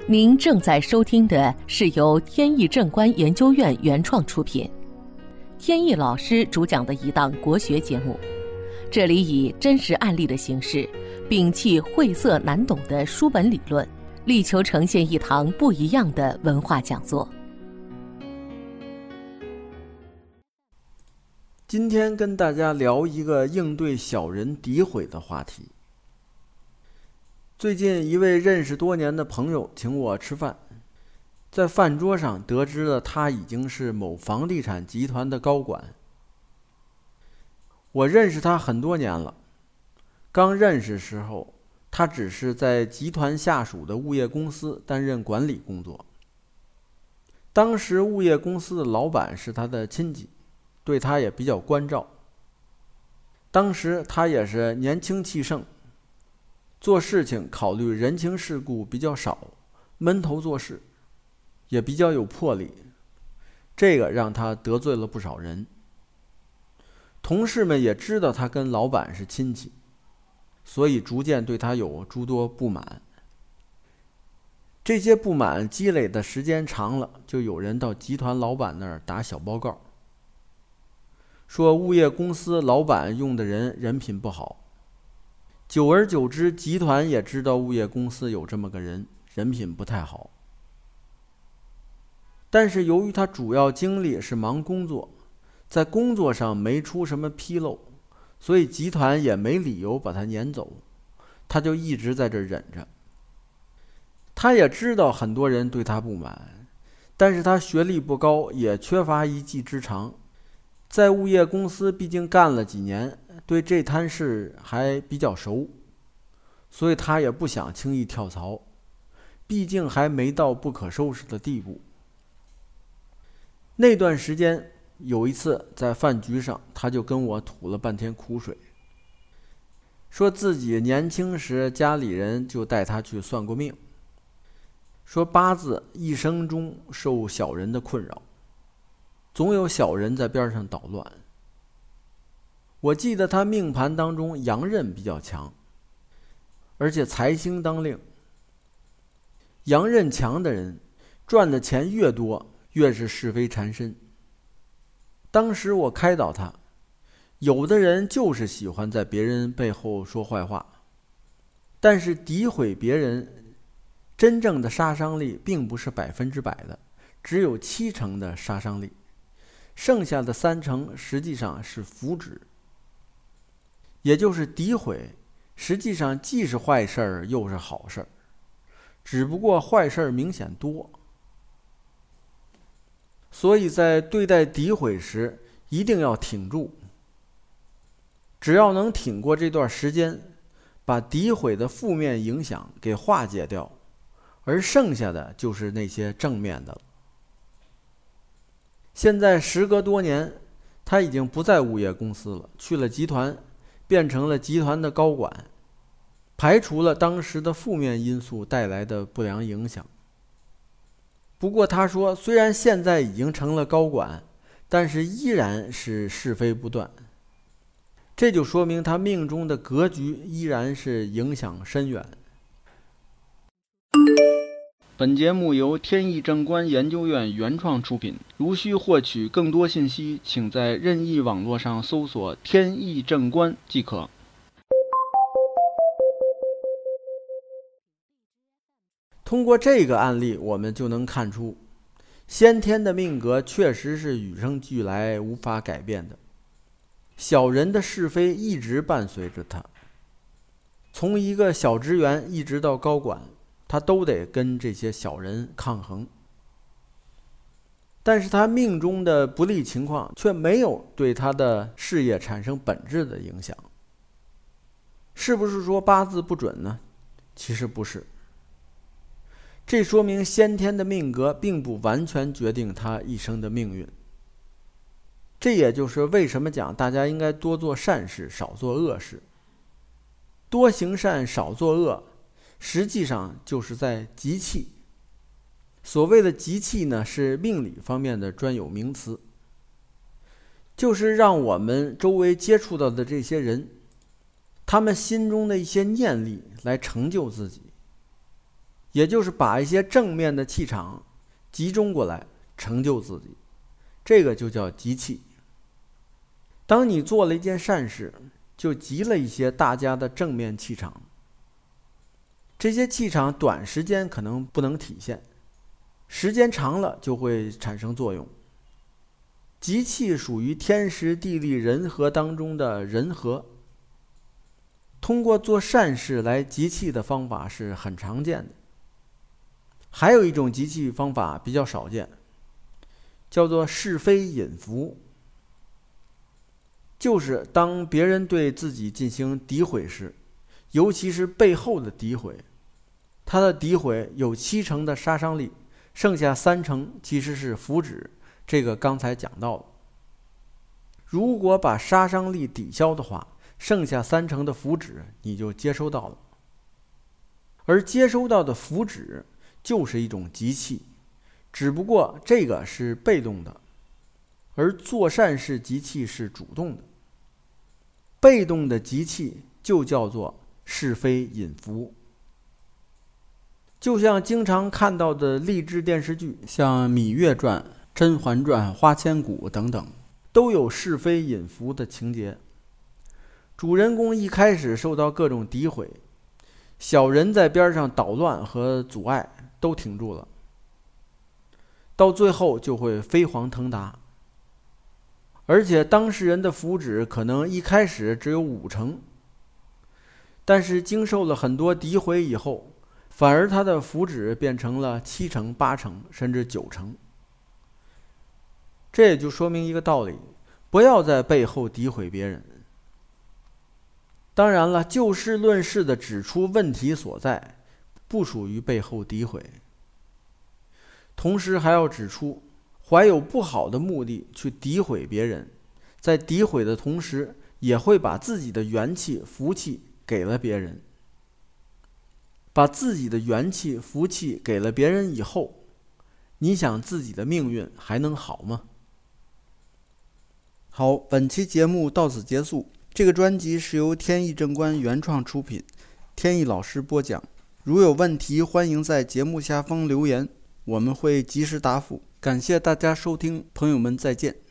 您正在收听的是由天意正观研究院原创出品，天意老师主讲的一档国学节目。这里以真实案例的形式，摒弃晦涩难懂的书本理论，力求呈现一堂不一样的文化讲座。 今天跟大家聊一个应对小人诋毁的话题。最近一位认识多年的朋友请我吃饭，在饭桌上得知了他已经是某房地产集团的高管。我认识他很多年了，刚认识时候他只是在集团下属的物业公司担任管理工作。当时物业公司的老板是他的亲戚，对他也比较关照。当时他也是年轻气盛，做事情考虑人情世故比较少，闷头做事，也比较有魄力，这个让他得罪了不少人。同事们也知道他跟老板是亲戚，所以逐渐对他有诸多不满。这些不满积累的时间长了，就有人到集团老板那儿打小报告，说物业公司老板用的人人品不好。久而久之，集团也知道物业公司有这么个人，人品不太好。但是由于他主要精力是忙工作，在工作上没出什么纰漏，所以集团也没理由把他撵走，他就一直在这忍着。他也知道很多人对他不满，但是他学历不高，也缺乏一技之长，在物业公司毕竟干了几年，对这摊事还比较熟，所以他也不想轻易跳槽，毕竟还没到不可收拾的地步。那段时间有一次在饭局上，他就跟我吐了半天苦水，说自己年轻时家里人就带他去算过命，说八字一生中受小人的困扰，总有小人在边上捣乱。我记得他命盘当中阳刃比较强，而且财星当令。阳刃强的人赚的钱越多，越是是非缠身。当时我开导他，有的人就是喜欢在别人背后说坏话，但是诋毁别人真正的杀伤力并不是100%的，只有70%的杀伤力，剩下的30%实际上是福祉。也就是诋毁实际上既是坏事儿又是好事儿，只不过坏事儿明显多。所以在对待诋毁时一定要挺住，只要能挺过这段时间，把诋毁的负面影响给化解掉，而剩下的就是那些正面的了。现在时隔多年，他已经不在物业公司了，去了集团，变成了集团的高管，排除了当时的负面因素带来的不良影响。不过他说，虽然现在已经成了高管，但是依然是是非不断，这就说明他命中的格局依然是影响深远。本节目由天意正观研究院原创出品，如需获取更多信息，请在任意网络上搜索天意正观即可。通过这个案例，我们就能看出，先天的命格确实是与生俱来无法改变的，小人的是非一直伴随着他，从一个小职员一直到高管，他都得跟这些小人抗衡。但是他命中的不利情况却没有对他的事业产生本质的影响。是不是说八字不准呢？其实不是。这说明先天的命格并不完全决定他一生的命运。这也就是为什么讲大家应该多做善事，少做恶事。多行善，少做恶，实际上就是在集气。所谓的集气呢，是命理方面的专有名词，就是让我们周围接触到的这些人，他们心中的一些念力来成就自己。 也就是把一些正面的气场集中过来，成就自己，这个就叫集气。当你做了一件善事，就集了一些大家的正面气场，这些气场短时间可能不能体现，时间长了就会产生作用。集气属于天时地利人和当中的人和，通过做善事来集气的方法是很常见的。还有一种集气方法比较少见，叫做是非引伏，就是当别人对自己进行诋毁时，尤其是背后的诋毁，他的诋毁有70%的杀伤力，剩下30%其实是福祉，这个刚才讲到了。如果把杀伤力抵消的话，剩下30%的福祉你就接收到了，而接收到的福祉就是一种集气，只不过这个是被动的，而做善事集气是主动的。被动的集气就叫做是非引伏。就像经常看到的励志电视剧，像《芈月传》《甄嬛传》《花千骨》等等，都有是非引伏的情节。主人公一开始受到各种诋毁，小人在边上捣乱和阻碍都挺住了，到最后就会飞黄腾达。而且当事人的福祉可能一开始只有50%，但是经受了很多诋毁以后，反而他的福祉变成了70%、80%甚至90%。这也就说明一个道理，不要在背后诋毁别人。当然了，就事论事的指出问题所在，不属于背后诋毁。同时还要指出，怀有不好的目的去诋毁别人，在诋毁的同时也会把自己的元气福气给了别人。把自己的元气福气给了别人以后，你想自己的命运还能好吗？好，本期节目到此结束。这个专辑是由天意正观原创出品，天意老师播讲。如有问题，欢迎在节目下方留言，我们会及时答复。感谢大家收听，朋友们再见。